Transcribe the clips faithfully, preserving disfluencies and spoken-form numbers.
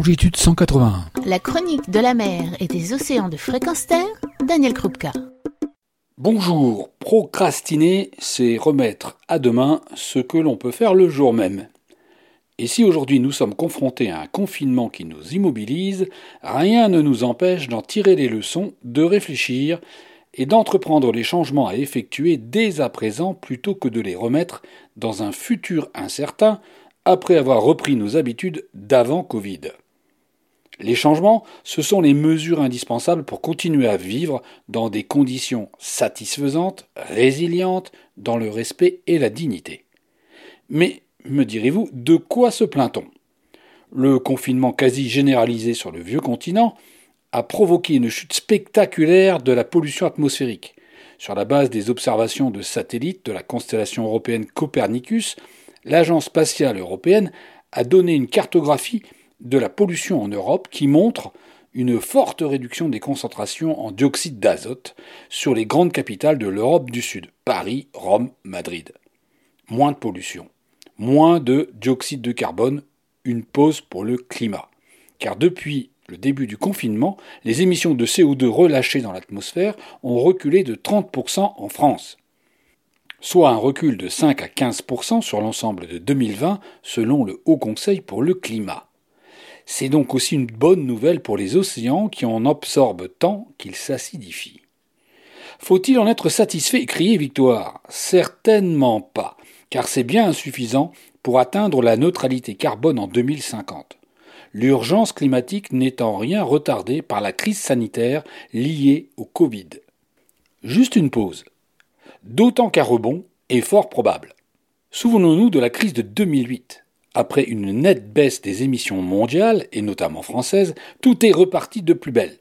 Longitude cent quatre-vingt-un. La chronique de la mer et des océans de fréquence terre, Daniel Krupka. Bonjour, procrastiner, c'est remettre à demain ce que l'on peut faire le jour même. Et si aujourd'hui nous sommes confrontés à un confinement qui nous immobilise, rien ne nous empêche d'en tirer les leçons, de réfléchir et d'entreprendre les changements à effectuer dès à présent plutôt que de les remettre dans un futur incertain après avoir repris nos habitudes d'avant Covid. Les changements, ce sont les mesures indispensables pour continuer à vivre dans des conditions satisfaisantes, résilientes, dans le respect et la dignité. Mais, me direz-vous, de quoi se plaint-on ? Le confinement quasi généralisé sur le vieux continent a provoqué une chute spectaculaire de la pollution atmosphérique. Sur la base des observations de satellites de la constellation européenne Copernicus, l'Agence spatiale européenne a donné une cartographie de la pollution en Europe qui montre une forte réduction des concentrations en dioxyde d'azote sur les grandes capitales de l'Europe du Sud, Paris, Rome, Madrid. Moins de pollution, moins de dioxyde de carbone, une pause pour le climat. Car depuis le début du confinement, les émissions de C O deux relâchées dans l'atmosphère ont reculé de trente pour cent en France, soit un recul de cinq à quinze pour cent sur l'ensemble de deux mille vingt selon le Haut Conseil pour le climat. C'est donc aussi une bonne nouvelle pour les océans qui en absorbent tant qu'ils s'acidifient. Faut-il en être satisfait et crier victoire ? Certainement pas, car c'est bien insuffisant pour atteindre la neutralité carbone en deux mille cinquante. L'urgence climatique n'est en rien retardée par la crise sanitaire liée au Covid. Juste une pause. D'autant qu'un rebond est fort probable. Souvenons-nous de la crise de deux mille huit. Après une nette baisse des émissions mondiales, et notamment françaises, tout est reparti de plus belle.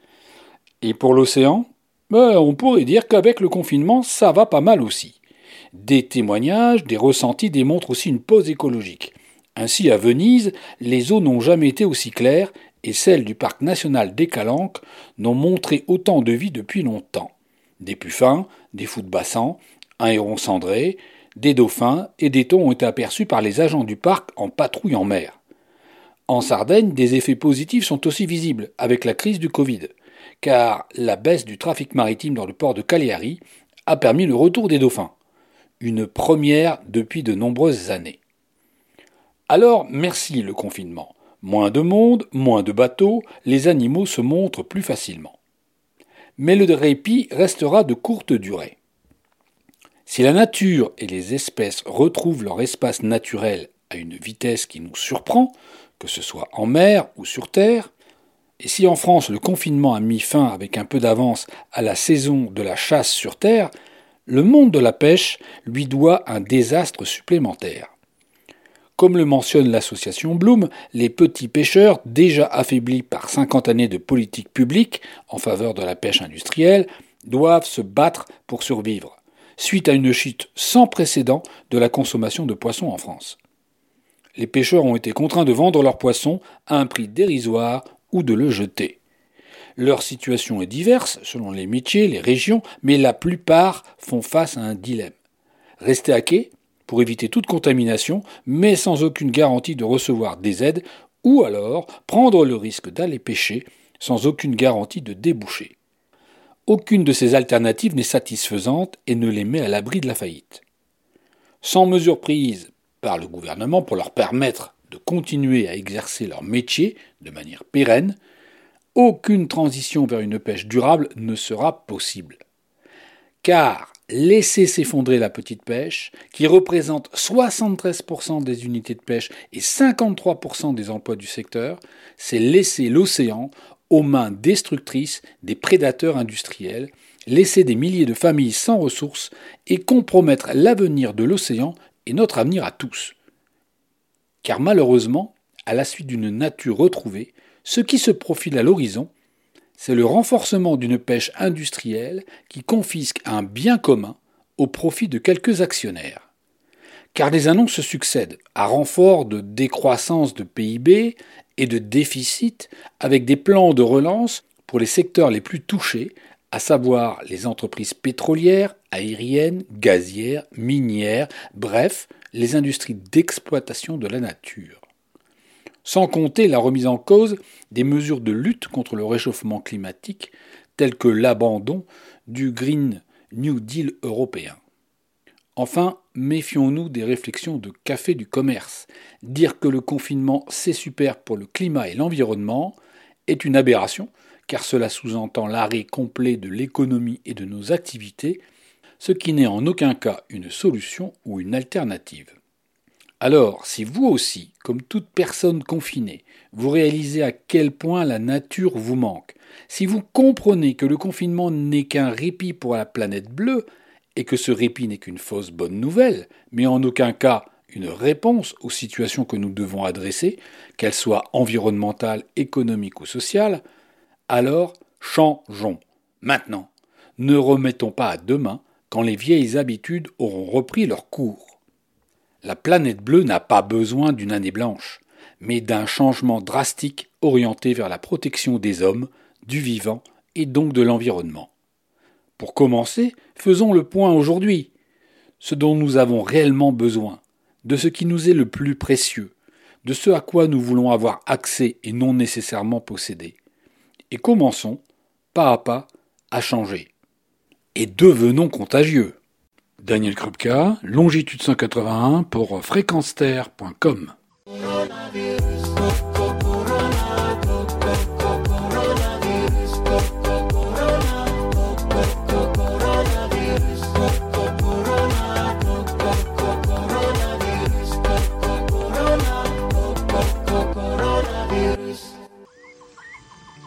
Et pour l'océan, ben, on pourrait dire qu'avec le confinement, ça va pas mal aussi. Des témoignages, des ressentis démontrent aussi une pause écologique. Ainsi, à Venise, les eaux n'ont jamais été aussi claires et celles du parc national des Calanques n'ont montré autant de vie depuis longtemps. Des puffins, des fous de bassin, un héron cendré, des dauphins et des thons ont été aperçus par les agents du parc en patrouille en mer. En Sardaigne, des effets positifs sont aussi visibles avec la crise du Covid, car la baisse du trafic maritime dans le port de Cagliari a permis le retour des dauphins, une première depuis de nombreuses années. Alors, merci le confinement. Moins de monde, moins de bateaux, les animaux se montrent plus facilement. Mais le répit restera de courte durée. Si la nature et les espèces retrouvent leur espace naturel à une vitesse qui nous surprend, que ce soit en mer ou sur terre, et si en France le confinement a mis fin avec un peu d'avance à la saison de la chasse sur terre, le monde de la pêche lui doit un désastre supplémentaire. Comme le mentionne l'association Bloom, les petits pêcheurs, déjà affaiblis par cinquante années de politique publique en faveur de la pêche industrielle, doivent se battre pour survivre, suite à une chute sans précédent de la consommation de poissons en France. Les pêcheurs ont été contraints de vendre leurs poissons à un prix dérisoire ou de le jeter. Leur situation est diverse selon les métiers, les régions, mais la plupart font face à un dilemme. Rester à quai pour éviter toute contamination, mais sans aucune garantie de recevoir des aides, ou alors prendre le risque d'aller pêcher sans aucune garantie de déboucher. Aucune de ces alternatives n'est satisfaisante et ne les met à l'abri de la faillite. Sans mesures prises par le gouvernement pour leur permettre de continuer à exercer leur métier de manière pérenne, aucune transition vers une pêche durable ne sera possible. Car laisser s'effondrer la petite pêche, qui représente soixante-treize pour cent des unités de pêche et cinquante-trois pour cent des emplois du secteur, c'est laisser l'océan aux mains destructrices des prédateurs industriels, laisser des milliers de familles sans ressources et compromettre l'avenir de l'océan et notre avenir à tous. Car malheureusement, à la suite d'une nature retrouvée, ce qui se profile à l'horizon, c'est le renforcement d'une pêche industrielle qui confisque un bien commun au profit de quelques actionnaires. Car les annonces se succèdent à renfort de décroissance de P I B et de déficit avec des plans de relance pour les secteurs les plus touchés, à savoir les entreprises pétrolières, aériennes, gazières, minières, bref, les industries d'exploitation de la nature. sans compter la remise en cause des mesures de lutte contre le réchauffement climatique, telles que l'abandon du Green New Deal européen. Enfin, méfions-nous des réflexions de café du commerce. Dire que le confinement c'est super pour le climat et l'environnement est une aberration, car cela sous-entend l'arrêt complet de l'économie et de nos activités, ce qui n'est en aucun cas une solution ou une alternative. Alors, si vous aussi, comme toute personne confinée, vous réalisez à quel point la nature vous manque, si vous comprenez que le confinement n'est qu'un répit pour la planète bleue, et que ce répit n'est qu'une fausse bonne nouvelle, mais en aucun cas une réponse aux situations que nous devons adresser, qu'elles soient environnementales, économiques ou sociales, alors changeons, maintenant. Ne remettons pas à demain quand les vieilles habitudes auront repris leur cours. La planète bleue n'a pas besoin d'une année blanche, mais d'un changement drastique orienté vers la protection des hommes, du vivant et donc de l'environnement. Pour commencer, faisons le point aujourd'hui, ce dont nous avons réellement besoin, de ce qui nous est le plus précieux, de ce à quoi nous voulons avoir accès et non nécessairement posséder. Et commençons, pas à pas, à changer. Et devenons contagieux. Daniel Krupka, longitude cent quatre-vingt-un pour fréquence terre point com.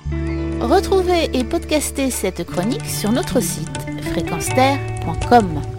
Retrouvez et podcastez cette chronique sur notre site fréquence terre point com.